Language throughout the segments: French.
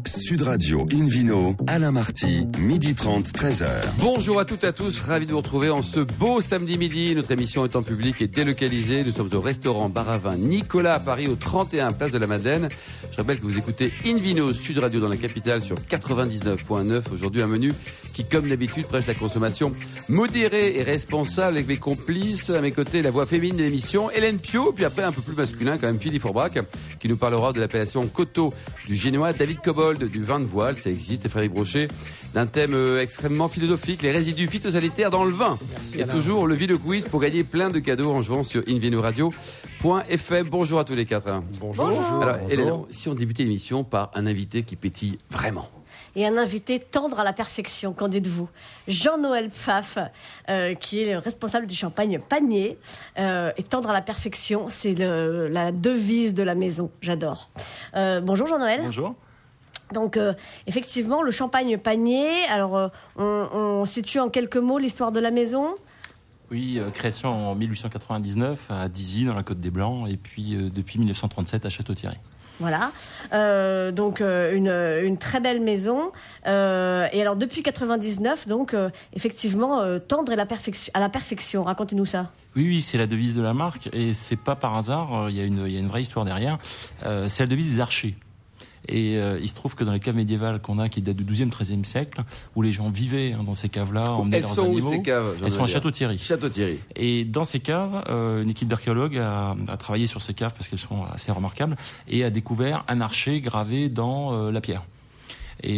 Sud Radio Invino, Alain Marty, 12h30, 13h. Bonjour à toutes et à tous, ravi de vous retrouver en ce beau samedi midi. Notre émission est en public et délocalisée. Nous sommes au restaurant Bar à Vin Nicolas à Paris, au 31 Place de la Madeleine. Je rappelle que vous écoutez Invino Sud Radio dans la capitale sur 99.9. Aujourd'hui, un menu qui, comme d'habitude, prêche la consommation modérée et responsable avec mes complices. À mes côtés, la voix féminine de l'émission, Hélène Pio. Puis après, un peu plus masculin quand même, Philippe Fourbrac, qui nous parlera de l'appellation Coteau du Génois, David Cobold du vin de voile, ça existe, et Frédéric Brochet, d'un thème extrêmement philosophique, les résidus phytosanitaires dans le vin. Merci, et toujours le Vino Quiz pour gagner plein de cadeaux en jouant sur invinoradio.fm. Bonjour à tous les quatre. Bonjour. Alors, Hélène, si on débutait l'émission par un invité qui pétille vraiment. Et un invité tendre à la perfection, qu'en dites-vous? Jean-Noël Pfaff, qui est le responsable du champagne Panier, et tendre à la perfection, c'est la devise de la maison. J'adore. Bonjour Jean-Noël. Bonjour. Donc, effectivement, le champagne Panier, alors on situe en quelques mots l'histoire de la maison. Oui, création en 1899 à Dizy, dans la Côte des Blancs, et puis depuis 1937 à Château-Thierry. Voilà, donc une très belle maison. Et alors depuis 99, donc effectivement tendre à la perfection. Racontez-nous ça. Oui, c'est la devise de la marque et c'est pas par hasard. Il y a une vraie histoire derrière. C'est la devise des archers. Et il se trouve que dans les caves médiévales qu'on a, qui datent du XIIe, XIIIe siècle, où les gens vivaient dans ces caves-là, emmenaient leurs animaux. Elles sont où ces caves? Elles sont à Château-Thierry. Château-Thierry. Et dans ces caves, une équipe d'archéologues a travaillé sur ces caves parce qu'elles sont assez remarquables et a découvert un archer gravé dans la pierre. Et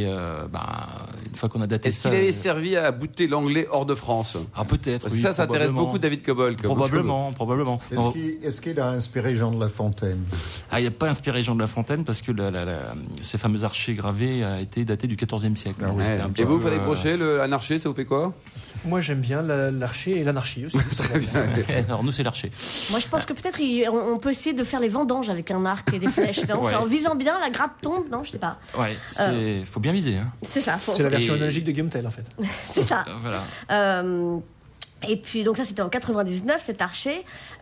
une fois qu'on a daté Est-ce ça... qu'il avait servi à bouter l'anglais hors de France? Ah, peut-être. Parce que ça intéresse beaucoup David Cobold. Probablement. Est-ce qu'il a inspiré Jean de La Fontaine? Ah, il n'a pas inspiré Jean de La Fontaine parce que ces fameux archers gravés a été daté du XIVe siècle. Ah, ouais. Et vous, Frédéric Brochet, un archer, ça vous fait quoi? Moi, j'aime bien l'archer et l'anarchie aussi. Très bien. Alors, nous, c'est l'archer. Moi, je pense que peut-être on peut essayer de faire les vendanges avec un arc et des flèches. Non, ouais. En visant bien, la grappe tombe. Non, je sais pas. Ouais, faut bien viser. Hein. C'est ça. C'est la version analogique de Guillaume Tell, en fait. C'est ça. Voilà. Et puis, donc ça, c'était en 99, cet archer.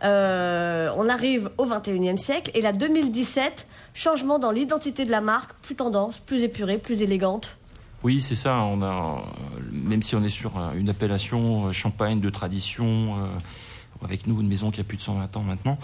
On arrive au 21e siècle. Et là, 2017, changement dans l'identité de la marque, plus tendance, plus épurée, plus élégante. Oui, c'est ça. Même si on est sur une appellation champagne de tradition, avec nous une maison qui a plus de 120 ans maintenant,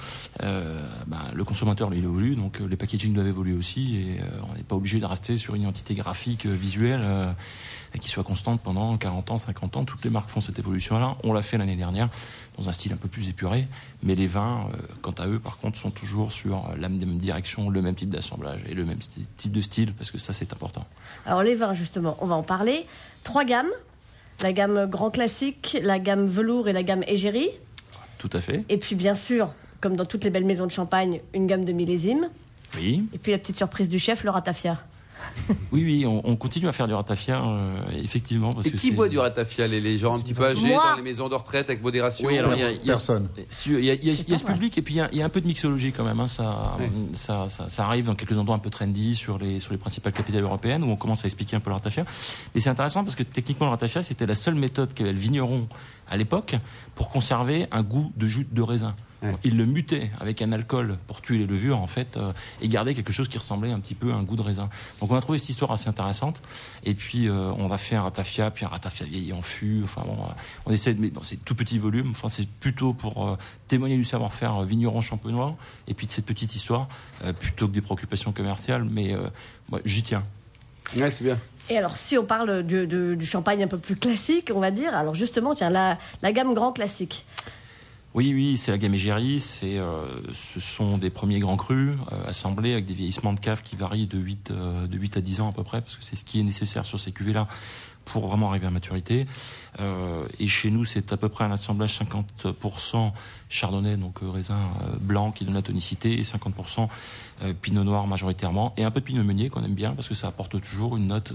le consommateur il évolue, donc les packaging doivent évoluer aussi, et on n'est pas obligé de rester sur une identité graphique visuelle qui soit constante pendant 40 ans, 50 ans. Toutes les marques font cette évolution-là. On l'a fait l'année dernière dans un style un peu plus épuré, mais les vins, quant à eux, par contre, sont toujours sur la même direction, le même type d'assemblage et le même type de style, parce que ça, c'est important. Alors les vins, justement, on va en parler. 3 gammes, la gamme grand classique, la gamme velours et la gamme égérie. Tout à fait. Et puis, bien sûr, comme dans toutes les belles maisons de champagne, une gamme de millésimes. Oui. Et puis, la petite surprise du chef, le ratafia. Oui, on continue à faire du ratafia, effectivement. Parce et qui boit du ratafia? Les gens un petit peu âgés dans les maisons de retraite avec modération? Oui, alors personne. Il y a ce public, et puis il y a un peu de mixologie quand même. Hein, ça arrive dans quelques endroits un peu trendy sur les principales capitales européennes où on commence à expliquer un peu le ratafia. Mais c'est intéressant parce que techniquement le ratafia, c'était la seule méthode qu'avait le vigneron à l'époque pour conserver un goût de jus de raisin. Ouais. Il le mutait avec un alcool pour tuer les levures, en fait, et garder quelque chose qui ressemblait un petit peu à un goût de raisin. Donc on a trouvé cette histoire assez intéressante. Et puis on a fait un ratafia, puis un ratafia vieilli en fût. Enfin bon, on essaie de mettre dans ces tout petits volumes. Enfin, c'est plutôt pour témoigner du savoir-faire vigneron champenois et puis de cette petite histoire, plutôt que des préoccupations commerciales. Mais moi, j'y tiens. Ouais, c'est bien. Et alors, si on parle du champagne un peu plus classique, on va dire, alors justement, tiens, la gamme grand classique. Oui, c'est la gamme égérie. Ce sont des premiers grands crus assemblés avec des vieillissements de cave qui varient de 8 à 10 ans à peu près, parce que c'est ce qui est nécessaire sur ces cuvées-là pour vraiment arriver à maturité. Et chez nous, c'est à peu près un assemblage 50% chardonnay, donc raisin blanc qui donne la tonicité, et 50% pinot noir majoritairement, et un peu de pinot meunier qu'on aime bien parce que ça apporte toujours une note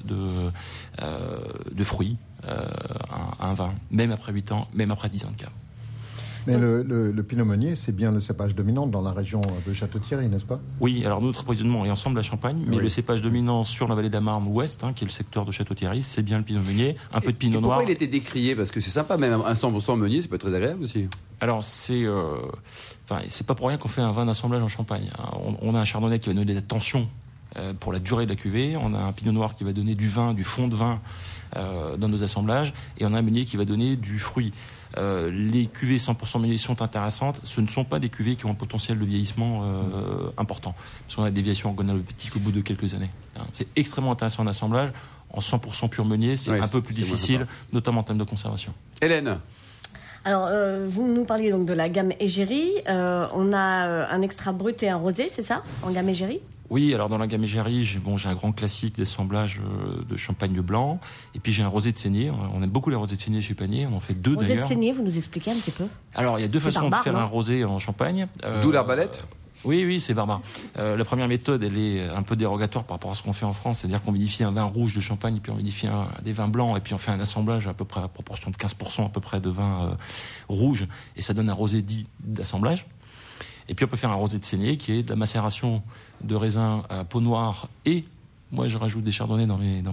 de fruits à un vin, même après 8 ans, même après 10 ans de cave. Mais le Pinot Meunier, c'est bien le cépage dominant dans la région de Château-Thierry, n'est-ce pas? Oui, alors notre approvisionnement est ensemble à Champagne, mais le cépage dominant sur la vallée de la Marne ouest, qui est le secteur de Château-Thierry, c'est bien le Pinot Meunier, un peu de Pinot Noir. Pourquoi il était décrié? Parce que c'est sympa, même un 100% Meunier, c'est pas très agréable aussi. Alors c'est pas pour rien qu'on fait un vin d'assemblage en Champagne. On a un chardonnay qui va donner de la tension pour la durée de la cuvée. On a un pinot noir qui va donner du vin, du fond de vin dans nos assemblages, et on a un meunier qui va donner du fruit. Les cuvées 100% meunier sont intéressantes. Ce ne sont pas des cuvées qui ont un potentiel de vieillissement important, parce qu'on a des déviations organoleptiques au bout de quelques années. C'est extrêmement intéressant en assemblage. En 100% pur meunier, c'est un peu plus difficile, notamment en termes de conservation. Hélène. Alors, vous nous parliez donc de la gamme égérie. On a un extra brut et un rosé, c'est ça, en gamme égérie? Oui, alors dans la gamme égérie, j'ai un grand classique d'assemblage de champagne blanc. Et puis j'ai un rosé de saignée. On aime beaucoup les rosés de saignée chez Panier. On en fait 2 d'ailleurs. Rosé de saignée, vous nous expliquez un petit peu? Alors, il y a 2 façons de faire un rosé en champagne. D'où l'arbalète? Oui, c'est barbare. La première méthode, elle est un peu dérogatoire par rapport à ce qu'on fait en France, c'est-à-dire qu'on vinifie un vin rouge de champagne, puis on vinifie des vins blancs, et puis on fait un assemblage à peu près à proportion de 15% à peu près de vin rouge, et ça donne un rosé dit d'assemblage. Et puis on peut faire un rosé de saignée, qui est de la macération de raisins à peau noire, et moi je rajoute des chardonnays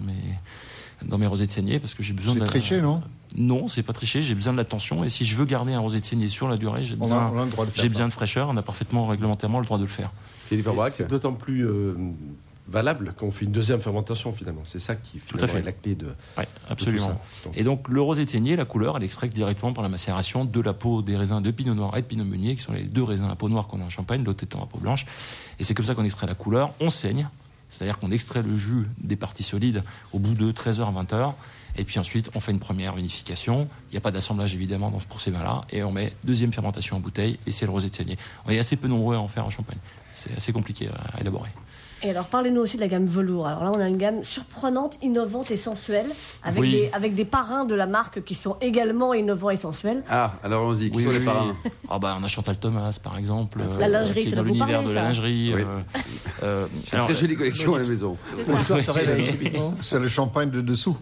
dans mes rosés de saignée, parce que j'ai besoin de... C'est triché, non? Non, c'est pas triché, j'ai besoin de l'attention, et si je veux garder un rosé de saignée sur la durée, j'ai besoin de fraîcheur, on a parfaitement réglementairement le droit de le faire. C'est d'autant plus valable quand on fait une deuxième fermentation finalement. C'est ça qui finalement est la clé de... Oui, absolument. Et donc le rosé de saignée, la couleur, elle est extraite directement par la macération de la peau des raisins de pinot noir et de pinot meunier, qui sont les 2 raisins à peau noire qu'on a en Champagne, l'autre étant à peau blanche. Et c'est comme ça qu'on extrait la couleur. On saigne, c'est-à-dire qu'on extrait le jus des parties solides au bout de 13h, 20h. Et puis ensuite, on fait une première vinification. Il n'y a pas d'assemblage évidemment pour ces vins-là. Et on met deuxième fermentation en bouteille, et c'est le rosé de saignée. On est assez peu nombreux à en faire en Champagne. C'est assez compliqué à élaborer. Et alors, parlez-nous aussi de la gamme velours. Alors là, on a une gamme surprenante, innovante et sensuelle, avec des parrains de la marque qui sont également innovants et sensuels. Ah, alors allons-y, qui sont les parrains? On a Chantal Thomas, par exemple. La lingerie, c'est dans l'univers de la lingerie. Oui. C'est une très jolie collection à la maison. C'est le champagne de dessous.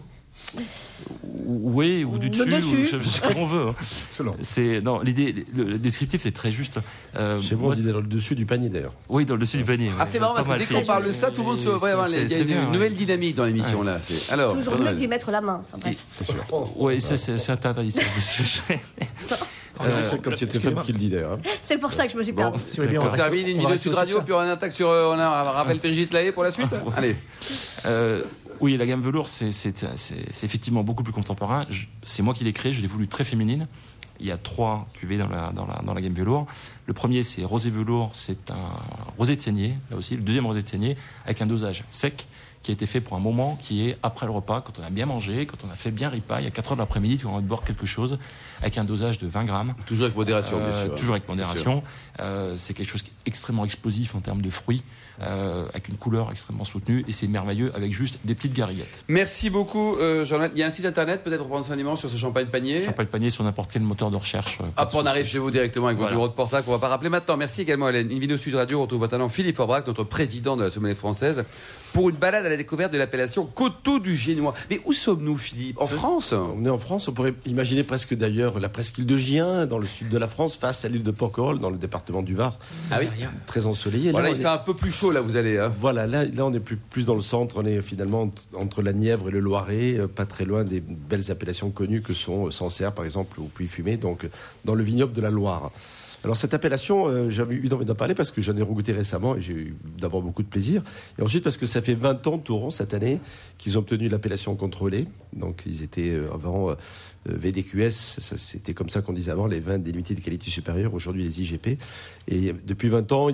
Oui, ou du dessus, comme on veut. L'idée, le descriptif, c'est très juste. Chez vous, on dit dans le dessus du panier, d'ailleurs. Oui, dans le dessus du panier. Ah, c'est marrant, parce que dès qu'on parle de ça, tout le monde se voit. Il y a une nouvelle dynamique dans l'émission, là. Alors, toujours mieux d'y mettre la main. Bref. C'est sûr. Oui, c'est interdit. C'est comme si c'était femme qui le dit, d'ailleurs. C'est pour ça que je me suis perdu. On termine une vidéo Sud Radio, puis on attaque sur un rappel Brigitte Lahaye pour la suite. Allez. Oui, la gamme velours, c'est effectivement beaucoup plus contemporain. C'est moi qui l'ai créé, je l'ai voulu très féminine. Il y a 3 cuvées dans la gamme velours. Le premier, c'est rosé velours, c'est un rosé de saignée, là aussi. Le deuxième rosé de saignée, avec un dosage sec, qui a été fait pour un moment qui est après le repas, quand on a bien mangé, quand on a fait bien ripaille, à 4h de l'après-midi, tu as envie de boire quelque chose, avec un dosage de 20 grammes. Toujours avec modération, bien sûr. Toujours avec modération. C'est quelque chose qui est extrêmement explosif en termes de fruits, avec une couleur extrêmement soutenue, et c'est merveilleux avec juste des petites gariguettes. Merci beaucoup, Jean-Noël. Il y a un site internet peut-être pour prendre enseignement sur ce champagne panier. Champagne panier sur n'importe quel moteur de recherche. On arrive chez vous directement avec votre bureau de portail qu'on va pas rappeler maintenant. Merci également Hélène. Invino Sud Radio, on retrouve maintenant Philippe Forbrac, notre président de la sommelier française, pour une balade à la découverte de l'appellation Coteaux du Génois. Mais où sommes-nous, Philippe? En France? On est en France, on pourrait imaginer presque d'ailleurs la presqu'île de Gien, dans le sud de la France, face à l'île de Porquerolles, dans le département du Var. Ah oui. Très ensoleillé. Voilà, il fait un peu plus chaud, là, vous allez. Voilà, là on est plus dans le centre, on est finalement entre la Nièvre et le Loiret, pas très loin des belles appellations connues que sont Sancerre, par exemple, ou Puy-Fumé, donc dans le vignoble de la Loire. Alors cette appellation, j'avais eu envie d'en parler parce que j'en ai regoûté récemment et j'ai eu d'abord beaucoup de plaisir. Et ensuite parce que ça fait 20 ans, tout rond, cette année, qu'ils ont obtenu l'appellation contrôlée. Donc ils étaient avant VDQS, c'était comme ça qu'on disait avant, les vins délimitées de qualité supérieure, aujourd'hui les IGP. Et depuis 20 ans,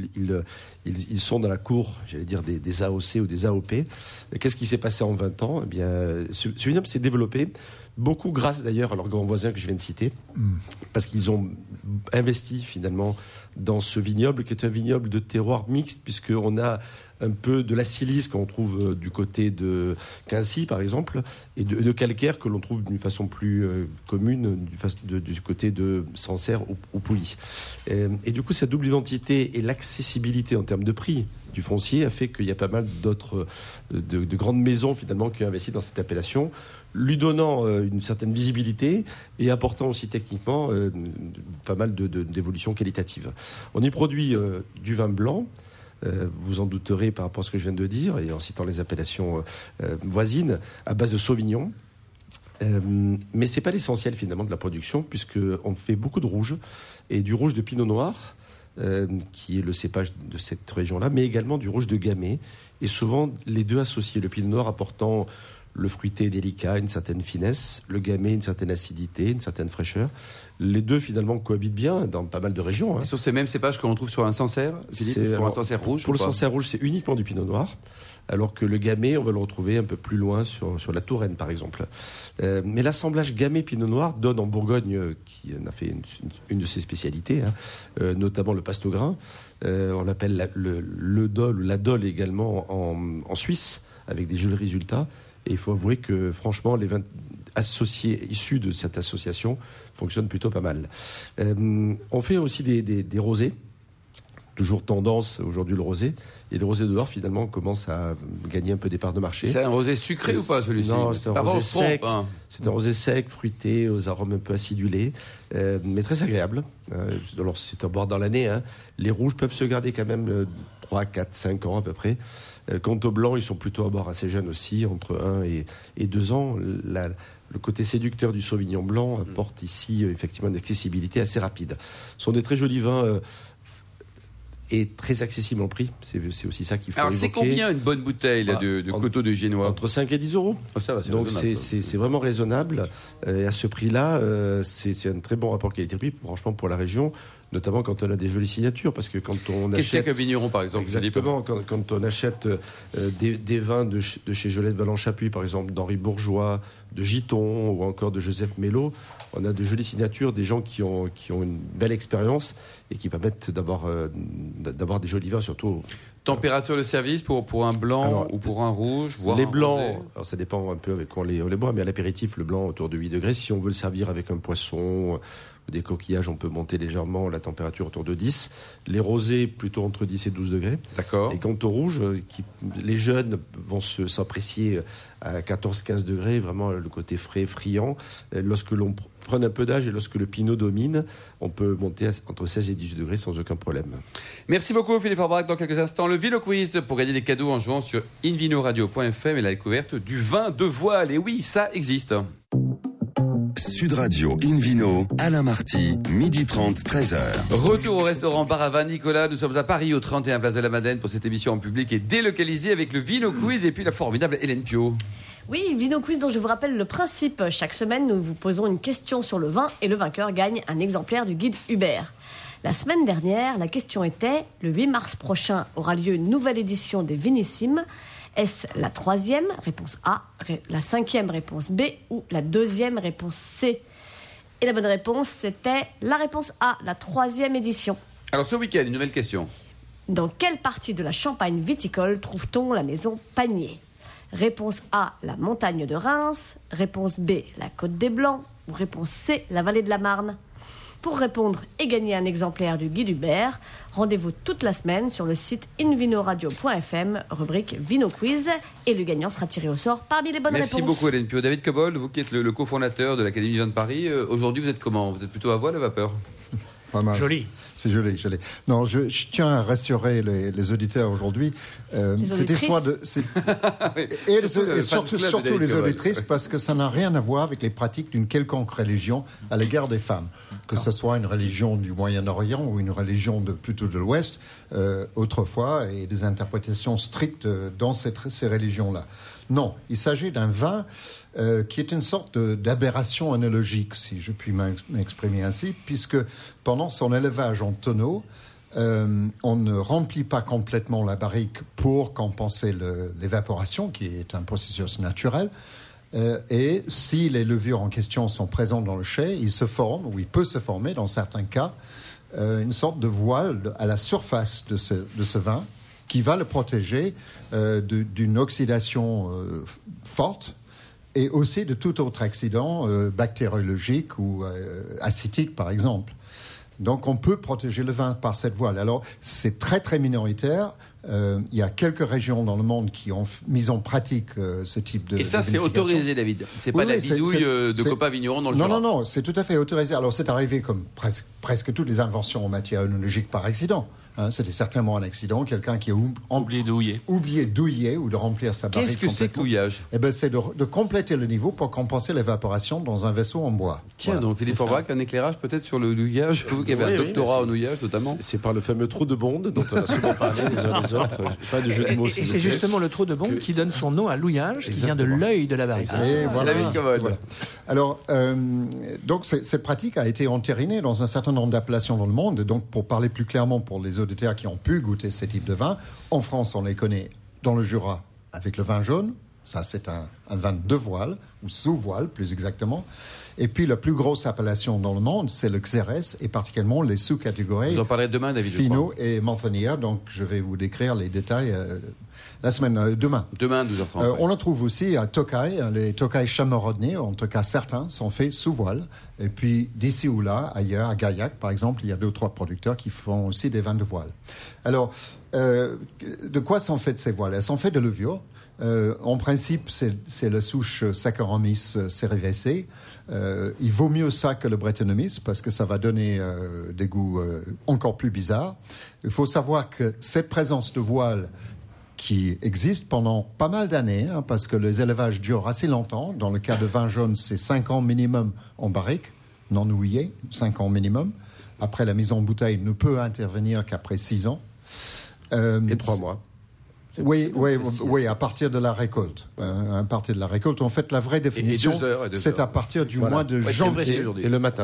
ils sont dans la cour, j'allais dire, des AOC ou des AOP. Et qu'est-ce qui s'est passé en 20 ans? Eh bien, ce vignoble s'est développé, beaucoup grâce d'ailleurs à leurs grands voisins que je viens de citer, parce qu'ils ont investi finalement dans ce vignoble qui est un vignoble de terroir mixte, puisqu'on a un peu de la silice qu'on trouve du côté de Quincy par exemple, et de calcaire que l'on trouve d'une façon plus commune du côté de Sancerre ou Pouilly. Et du coup, cette double identité et l'accessibilité en termes de prix du foncier a fait qu'il y a pas mal d'autres de grandes maisons finalement qui ont investi dans cette appellation, lui donnant une certaine visibilité et apportant aussi techniquement pas mal d'évolutions qualitatives. On y produit du vin blanc, vous en douterez par rapport à ce que je viens de dire, et en citant les appellations voisines, à base de Sauvignon. Mais ce n'est pas l'essentiel finalement de la production, puisqu'on fait beaucoup de rouge, et du rouge de Pinot Noir, qui est le cépage de cette région-là, mais également du rouge de Gamay, et souvent les deux associés, le pinot noir apportant le fruité délicat, une certaine finesse, le Gamay, une certaine acidité, une certaine fraîcheur. Les deux, finalement, cohabitent bien dans pas mal de régions. Et sur ces mêmes cépages que l'on trouve sur un Sancerre, Philippe, un Sancerre rouge. Pour le Sancerre rouge, c'est uniquement du pinot noir, alors que le Gamay, on va le retrouver un peu plus loin sur la Touraine, par exemple. Mais l'assemblage Gamay-pinot noir donne en Bourgogne, qui en a fait une de ses spécialités, notamment le passe-grain. On l'appelle le dol ou la dole également en Suisse, avec des jolis résultats. Et il faut avouer que, franchement, les 20 associés issus de cette association fonctionnent plutôt pas mal. On fait aussi des rosés. Toujours tendance aujourd'hui le rosé. Et le rosé de Loire, finalement, commence à gagner un peu des parts de marché. C'est un rosé sucré ou pas, celui-ci? Non, c'est un rosé sec. Hein. C'est un rosé sec, fruité, aux arômes un peu acidulés, mais très agréable. Alors, c'est à boire dans l'année. Hein. Les rouges peuvent se garder quand même 3, 4, 5 ans à peu près. Quant aux blancs, ils sont plutôt à boire assez jeunes aussi, entre 1 et 2 ans. Le côté séducteur du Sauvignon blanc apporte ici effectivement une accessibilité assez rapide. Ce sont des très jolis vins et très accessibles en prix. C'est aussi ça qu'il faut évoquer. Alors, c'est combien une bonne bouteille là, de Coteaux de Génois? Entre 5 et 10 euros. Oh, ça va, donc c'est vraiment raisonnable. Et à ce prix-là, c'est un très bon rapport qualité-prix, franchement, pour la région. Notamment quand on a des jolies signatures, parce que quand on achète... Qu'est-ce qu'un vigneron, par exemple? Exactement, quand on achète des vins de chez Gelès Valent-Chapuis, par exemple, d'Henri Bourgeois, de Giton, ou encore de Joseph Mello, on a de jolies signatures, des gens qui ont une belle expérience et qui permettent d'avoir des jolis vins, surtout... Température de service pour un blanc ou pour un rouge, voire les un blancs, rosé. alors ça dépend un peu avec quoi on les boit, mais à l'apéritif, le blanc autour de 8 degrés. Si on veut le servir avec un poisson ou des coquillages, on peut monter légèrement la température autour de 10. Les rosés, plutôt entre 10 et 12 degrés. D'accord. Et quant au rouge, les jeunes vont s'apprécier à 14-15 degrés, vraiment le côté frais, friand. Lorsque l'on prend un peu d'âge et lorsque le pinot domine, on peut monter entre 16 et 18 degrés sans aucun problème. Merci beaucoup Philippe Forbrac. Dans quelques instants, le Vino Quiz pour gagner des cadeaux en jouant sur invinoradio.fm et la découverte du vin de voile. Et oui, ça existe. Sud Radio Invino, Alain Marty, 12h30, 13h. Retour au restaurant Bar à Vin Nicolas. Nous sommes à Paris, au 31 Place de la Madeleine, pour cette émission en public et délocalisée avec le Vino Quiz et puis la formidable Hélène Pio. Oui, Vino Quiz dont je vous rappelle le principe. Chaque semaine, nous vous posons une question sur le vin et le vainqueur gagne un exemplaire du guide Hubert. La semaine dernière, la question était: le 8 mars prochain aura lieu une nouvelle édition des Vinissimes. Est-ce la 3e, réponse A, la 5e, réponse B, ou la 2e, réponse C? Et la bonne réponse, c'était la réponse A, la 3e édition. Alors ce week-end, une nouvelle question. Dans quelle partie de la Champagne viticole trouve-t-on la maison Panier? Réponse A, la montagne de Reims. Réponse B, la Côte des Blancs. Ou réponse C, la vallée de la Marne. Pour répondre et gagner un exemplaire du guide Hubert, rendez-vous toute la semaine sur le site invinoradio.fm, rubrique Vino Quiz, et le gagnant sera tiré au sort parmi les bonnes réponses. Merci beaucoup Hélène Pio. David Cobold, vous qui êtes le cofondateur de l'Académie du vin de Paris, aujourd'hui vous êtes comment? Vous êtes plutôt à voile ou à vapeur? Pas mal. Joli. C'est joli. Non, je tiens à rassurer les auditeurs aujourd'hui. Cette histoire de... et surtout les auditrices, parce que ça n'a rien à voir avec les pratiques d'une quelconque religion à l'égard des femmes. Que ce soit une religion du Moyen-Orient ou une religion plutôt de l'Ouest, autrefois, et des interprétations strictes dans ces religions-là. Non, il s'agit d'un vin qui est une sorte d'aberration œnologique, si je puis m'exprimer ainsi, puisque pendant son élevage en tonneau, on ne remplit pas complètement la barrique pour compenser l'évaporation, qui est un processus naturel. Et si les levures en question sont présentes dans le chai, il se forme, ou il peut se former dans certains cas, une sorte de voile à la surface de ce vin qui va le protéger d'une oxydation forte et aussi de tout autre accident bactériologique ou acidique, par exemple. Donc, on peut protéger le vin par cette voile. Alors, c'est très, très minoritaire. Il y a quelques régions dans le monde qui ont mis en pratique ce type de... Et ça, c'est autorisé, David. C'est pas la bidouille de copains vignerons dans le Jura. Non, c'est tout à fait autorisé. Alors, c'est arrivé comme presque toutes les inventions en matière œnologique par accident. C'était certainement un accident, quelqu'un qui a oublié de douiller ou de remplir sa barrique. Qu'est-ce que c'est que l'ouillage ? C'est de compléter le niveau pour compenser l'évaporation dans un vaisseau en bois. Tiens, donc Philippe Forbach, un éclairage peut-être sur le douillage, vous qui avez un doctorat en douillage notamment. C'est par le fameux trou de Bond dont on a souvent parlé les uns les autres. Pas de jeu de mots. Et c'est justement le trou de Bond qui donne son nom à l'ouillage, qui vient de l'œil de la barrique. C'est la ville commode. Voilà. Alors, donc cette pratique a été entérinée dans un certain nombre d'appellations dans le monde. Et donc, pour parler plus clairement pour les auditeurs qui ont pu goûter ces types de vins, en France, on les connaît dans le Jura avec le vin jaune. Ça, c'est un vin de voile, ou sous-voile, plus exactement. Et puis, la plus grosse appellation dans le monde, c'est le Xérès, et particulièrement les sous-catégories. Vous en parlerez demain, David. Fino et Manzanilla. Donc, je vais vous décrire les détails la semaine, demain. Demain, 12h30. On en trouve aussi à Tokaj. Les Tokaj Chamorodny, en tout cas certains, sont faits sous voile. Et puis, d'ici ou là, ailleurs, à Gaillac, par exemple, il y a 2 ou 3 producteurs qui font aussi des vins de voile. Alors, de quoi sont faites ces voiles ? Elles sont faites de levure. En principe, c'est la souche Saccharomyces cerevisiae. Il vaut mieux ça que le Brettanomyces parce que ça va donner des goûts encore plus bizarres. Il faut savoir que cette présence de voile qui existe pendant pas mal d'années, parce que les élevages durent assez longtemps. Dans le cas de vin jaune, c'est 5 ans minimum en barrique, non houillé, 5 ans minimum. Après, la mise en bouteille ne peut intervenir qu'après 6 ans. Et 3 mois. Oui, à partir de la récolte. À partir de la récolte, en fait, la vraie définition, c'est à partir du mois de janvier. Et le matin.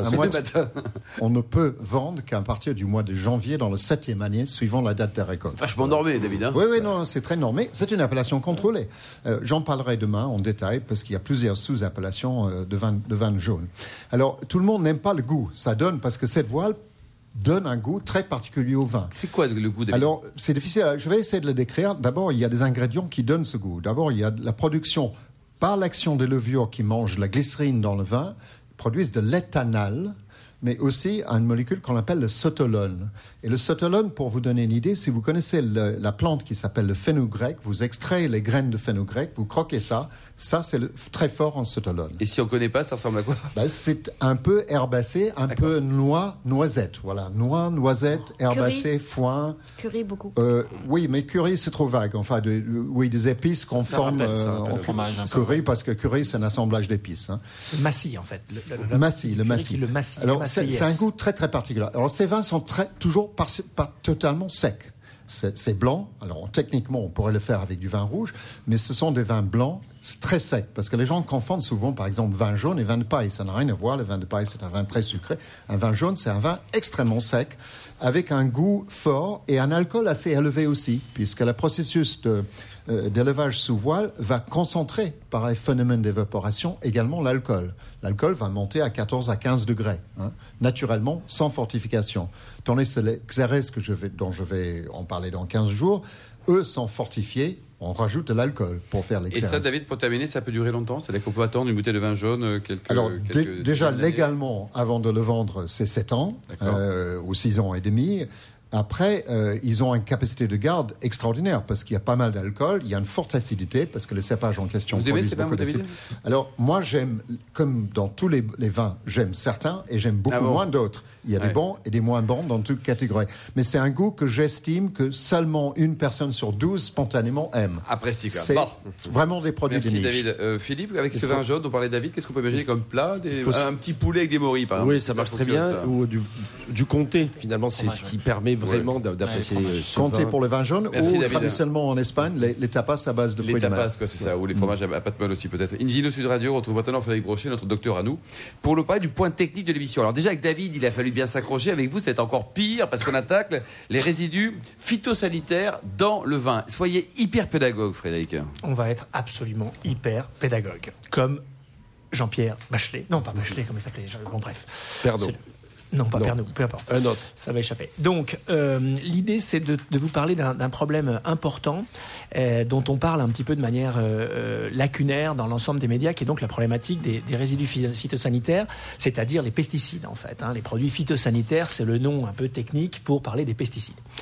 On ne peut vendre qu'à partir du mois de janvier dans le 7e année, suivant la date de récolte. Vachement normé, David. Hein. Oui, non, c'est très normé. C'est une appellation contrôlée. J'en parlerai demain en détail, parce qu'il y a plusieurs sous-appellations de vin jaune. Alors, tout le monde n'aime pas le goût. Ça donne, parce que cette voile donne un goût très particulier au vin. C'est quoi le goût, David ? Alors, c'est difficile. Je vais essayer de le décrire. D'abord, il y a des ingrédients qui donnent ce goût. D'abord, il y a la production, par l'action des levures qui mangent la glycérine dans le vin, produisent de l'éthanol, mais aussi une molécule qu'on appelle le sotolone. Et le sotolone, pour vous donner une idée, si vous connaissez la plante qui s'appelle le fenugrec, vous extrayez les graines de fenugrec, vous croquez ça c'est très fort en sotolone. Et si on ne connaît pas, ça ressemble à quoi ? C'est un peu herbacé, un peu noisette. Voilà, noisette, herbacé, foin. Curry, beaucoup. Oui, mais curry, c'est trop vague. Enfin, des épices qu'on forme en curry, parce que curry, c'est un assemblage d'épices. Le massis, en fait. Le massis. Alors, c'est un goût très, très particulier. Alors, ces vins sont toujours pas totalement secs. C'est blanc. Alors, techniquement, on pourrait le faire avec du vin rouge, mais ce sont des vins blancs très secs, parce que les gens confondent souvent, par exemple, vin jaune et vin de paille. Ça n'a rien à voir. Le vin de paille, c'est un vin très sucré. Un vin jaune, c'est un vin extrêmement sec, avec un goût fort et un alcool assez élevé aussi, puisque le processus d'élevage sous voile va concentrer, par un phénomène d'évaporation, également l'alcool. L'alcool va monter à 14 à 15 degrés, naturellement, sans fortification. Tandis que les Xérès, dont je vais en parler dans 15 jours, eux sont fortifiés. On rajoute de l'alcool pour faire les Xérès. Et ça, David, pour terminer, ça peut durer longtemps ? C'est-à-dire qu'on peut attendre une bouteille de vin jaune quelques déjà, légalement, avant de le vendre, c'est 7 ans, ou 6 ans et demi. Après, ils ont une capacité de garde extraordinaire, parce qu'il y a pas mal d'alcool, il y a une forte acidité, parce que le cépage en question... Vous aimez ces vins, David ? Alors, moi, j'aime, comme dans tous les vins, j'aime certains et j'aime beaucoup moins d'autres. Il y a des bons et des moins bons dans toute catégorie. Mais c'est un goût que j'estime que seulement une personne sur 12 spontanément aime. Apprécie, quoi. C'est vraiment des produits de niche. Merci, David. Philippe, avec ce vin jaune dont parlait David, qu'est-ce qu'on peut imaginer comme plat ? Un petit poulet avec des morilles, par exemple. Oui, ça marche très bien. Ou du comté, finalement, c'est ce qui permet vraiment d'apprécier ce comté vin. Pour le vin jaune, traditionnellement en Espagne, les tapas à base de fruits de mer. Les tapas, quoi, c'est ça. Ou les fromages à pâte molle aussi, peut-être. Invino Sud Radio, on retrouve maintenant Frédéric Brochet, notre docteur à nous, pour le parler du point technique de l'émission. Alors déjà, avec David, il a fallu bien s'accrocher. Avec vous, c'est encore pire, parce qu'on attaque les résidus phytosanitaires dans le vin. Soyez hyper pédagogue, Frédéric. On va être absolument hyper pédagogue. Comme Jean-Pierre Bachelet. Non, pas Bachelet, comment il s'appelait ? Bon, bref. Pernod. Non, pas Pernod, peu importe. Un autre. Ça va échapper. Donc, l'idée, c'est de vous parler d'un problème important dont on parle un petit peu de manière lacunaire dans l'ensemble des médias, qui est donc la problématique des résidus phytosanitaires, c'est-à-dire les pesticides, en fait. Les produits phytosanitaires, c'est le nom un peu technique pour parler des pesticides.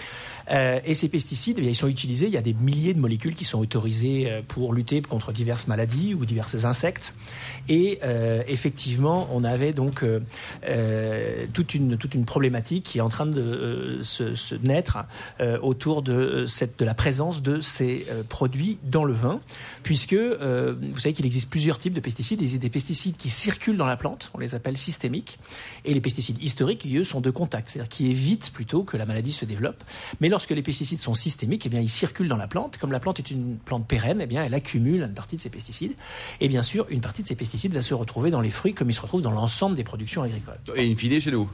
Et ces pesticides, ils sont utilisés, il y a des milliers de molécules qui sont autorisées pour lutter contre diverses maladies ou divers insectes. Et effectivement, on avait donc toute une problématique qui est en train de se naître autour de la présence de ces produits dans le vin, puisque vous savez qu'il existe plusieurs types de pesticides. Il y a des pesticides qui circulent dans la plante, on les appelle systémiques, et les pesticides historiques, qui eux sont de contact, c'est-à-dire qui évitent plutôt que la maladie se développe. Mais lorsque les pesticides sont systémiques, eh bien, ils circulent dans la plante. Comme la plante est une plante pérenne, eh bien, elle accumule une partie de ces pesticides. Et bien sûr, une partie de ces pesticides va se retrouver dans les fruits comme ils se retrouvent dans l'ensemble des productions agricoles. Et in fine chez nous.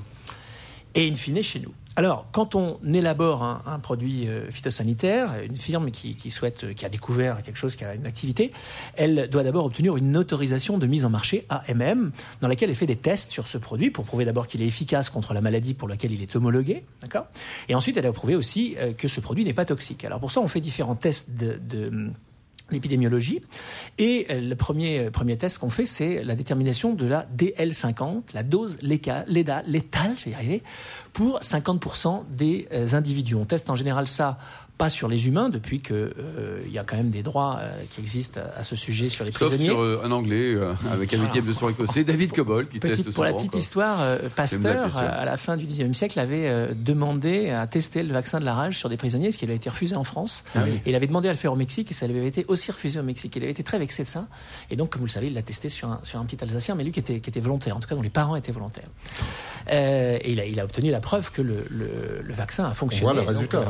Alors, quand on élabore un produit phytosanitaire, une firme qui a découvert quelque chose, qui a une activité, elle doit d'abord obtenir une autorisation de mise en marché AMM, dans laquelle elle fait des tests sur ce produit pour prouver d'abord qu'il est efficace contre la maladie pour laquelle il est homologué, d'accord ? Et ensuite, elle doit prouver aussi que ce produit n'est pas toxique. Alors pour ça, on fait différents tests l'épidémiologie. Et le premier test qu'on fait, c'est la détermination de la DL50, la dose létale, je vais y arriver, pour 50% des individus. On teste en général ça pas sur les humains, depuis qu'il y a quand même des droits qui existent à ce sujet sur les prisonniers. Sauf sur un Anglais avec un 8e de sang écossais, David Cobol, qui teste souvent. Pour la petite histoire, Pasteur, à la fin du XIXe siècle, avait demandé à tester le vaccin de la rage sur des prisonniers, ce qui avait été refusé en France. Ah oui. Et il avait demandé à le faire au Mexique, et ça lui avait été aussi refusé au Mexique. Il avait été très vexé de ça. Et donc, comme vous le savez, il l'a testé sur un petit Alsacien, mais lui qui était volontaire, en tout cas dont les parents étaient volontaires. Et il a obtenu la preuve que le vaccin a fonctionné. Voilà le résultat.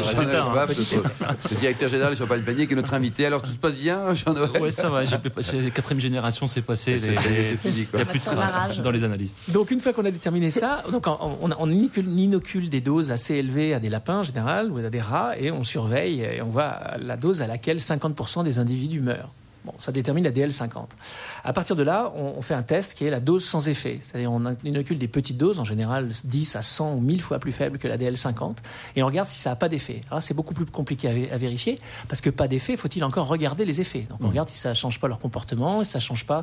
Le directeur général sur Champagne Panier qui est notre invité. Alors tout se passe bien, Jean-Noël ? Oui, ça va. La 4e génération, c'est passé. C'est fini, quoi. Il n'y a plus de traces dans les analyses. Donc une fois qu'on a déterminé ça, donc on inocule des doses assez élevées à des lapins en général ou à des rats, et on surveille et on voit la dose à laquelle 50% des individus meurent. Bon, ça détermine la DL50. À partir de là, on fait un test qui est la dose sans effet. C'est-à-dire on inocule des petites doses, en général 10 à 100 ou 1000 fois plus faibles que la DL50, et on regarde si ça n'a pas d'effet. Alors c'est beaucoup plus compliqué à vérifier, parce que pas d'effet, faut-il encore regarder les effets. Donc on regarde si ça ne change pas leur comportement, si ça ne change pas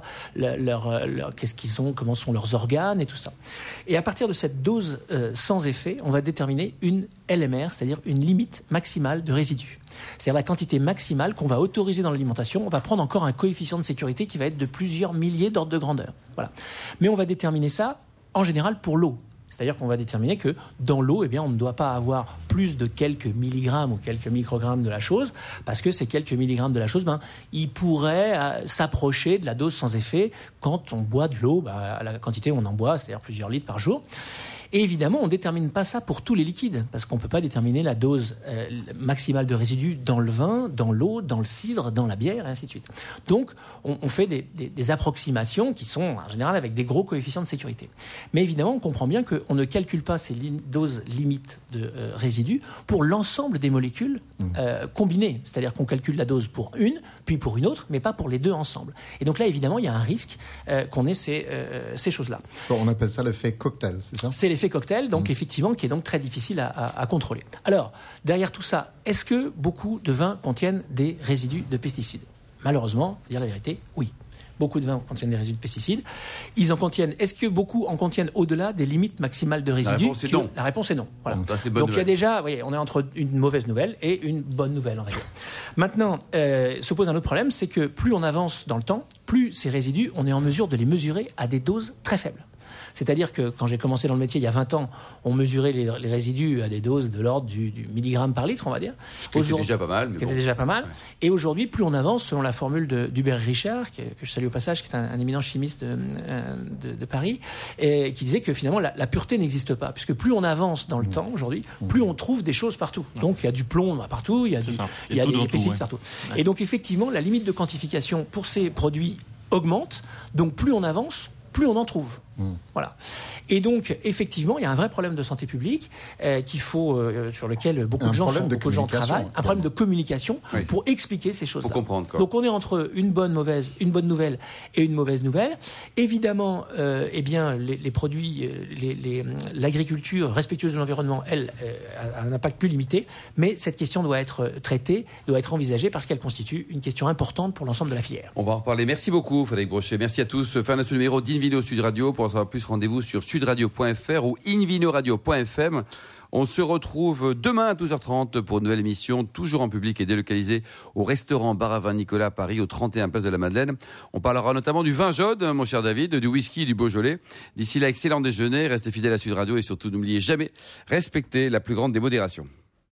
qu'est-ce qu'ils ont, comment sont leurs organes et tout ça. Et à partir de cette dose sans effet, on va déterminer une LMR, c'est-à-dire une limite maximale de résidus. C'est-à-dire la quantité maximale qu'on va autoriser dans l'alimentation. On va prendre encore un coefficient de sécurité qui va être de plusieurs milliers d'ordres de grandeur. Voilà. Mais on va déterminer ça, en général, pour l'eau. C'est-à-dire qu'on va déterminer que dans l'eau, eh bien, on ne doit pas avoir plus de quelques milligrammes ou quelques microgrammes de la chose, parce que ces quelques milligrammes de la chose, ils pourraient s'approcher de la dose sans effet quand on boit de l'eau, à la quantité où on en boit, c'est-à-dire plusieurs litres par jour. Et évidemment, on ne détermine pas ça pour tous les liquides, parce qu'on ne peut pas déterminer la dose maximale de résidus dans le vin, dans l'eau, dans le cidre, dans la bière, et ainsi de suite. Donc, on fait des approximations qui sont, en général, avec des gros coefficients de sécurité. Mais évidemment, on comprend bien qu'on ne calcule pas ces doses limites de résidus pour l'ensemble des molécules combinées. C'est-à-dire qu'on calcule la dose pour une, puis pour une autre, mais pas pour les deux ensemble. Et donc là, évidemment, il y a un risque qu'on ait ces choses-là. On appelle ça l'effet cocktail, c'est ça ? C'est l'effet cocktail, donc effectivement, qui est donc très difficile à contrôler. Alors, derrière tout ça, est-ce que beaucoup de vins contiennent des résidus de pesticides ? Malheureusement, faut dire la vérité, oui. Beaucoup de vins contiennent des résidus de pesticides. Ils en contiennent. Est-ce que beaucoup en contiennent au-delà des limites maximales de résidus ? La réponse est non. Voilà. Donc il y a déjà, on est entre une mauvaise nouvelle et une bonne nouvelle, on va dire. Maintenant, se pose un autre problème, c'est que plus on avance dans le temps, plus ces résidus, on est en mesure de les mesurer à des doses très faibles. C'est-à-dire que quand j'ai commencé dans le métier il y a 20 ans, on mesurait les résidus à des doses de l'ordre du milligramme par litre, on va dire. Ce qui était déjà pas mal. Ouais. Et aujourd'hui, plus on avance, selon la formule d'Hubert Richard, que je salue au passage, qui est un éminent chimiste de Paris, et qui disait que finalement la pureté n'existe pas, puisque plus on avance dans le temps aujourd'hui, plus on trouve des choses partout. Donc il y a du plomb partout, il y a des pesticides partout. Ouais. Et donc effectivement, la limite de quantification pour ces produits augmente, donc plus on avance, plus on en trouve. Voilà. Et donc, effectivement, il y a un vrai problème de santé publique sur lequel beaucoup de gens travaillent. Un problème de communication pour expliquer ces choses-là. Pour comprendre, quoi. Donc, on est entre une bonne nouvelle et une mauvaise nouvelle. Évidemment, les produits, l'agriculture respectueuse de l'environnement, elle, a un impact plus limité. Mais cette question doit être traitée, doit être envisagée parce qu'elle constitue une question importante pour l'ensemble de la filière. On va en reparler. Merci beaucoup, Frédéric Brochet. Merci à tous. Fin de ce numéro d'Invino Sud Radio. Pour en savoir plus, rendez-vous sur sudradio.fr ou invinoradio.fm. On se retrouve demain à 12h30 pour une nouvelle émission, toujours en public et délocalisée au restaurant Bar à Vin Nicolas à Paris, au 31 Place de la Madeleine. On parlera notamment du vin jaune, mon cher David, du whisky et du Beaujolais. D'ici là, excellent déjeuner, restez fidèles à Sud Radio et surtout n'oubliez jamais, respectez la plus grande des modérations.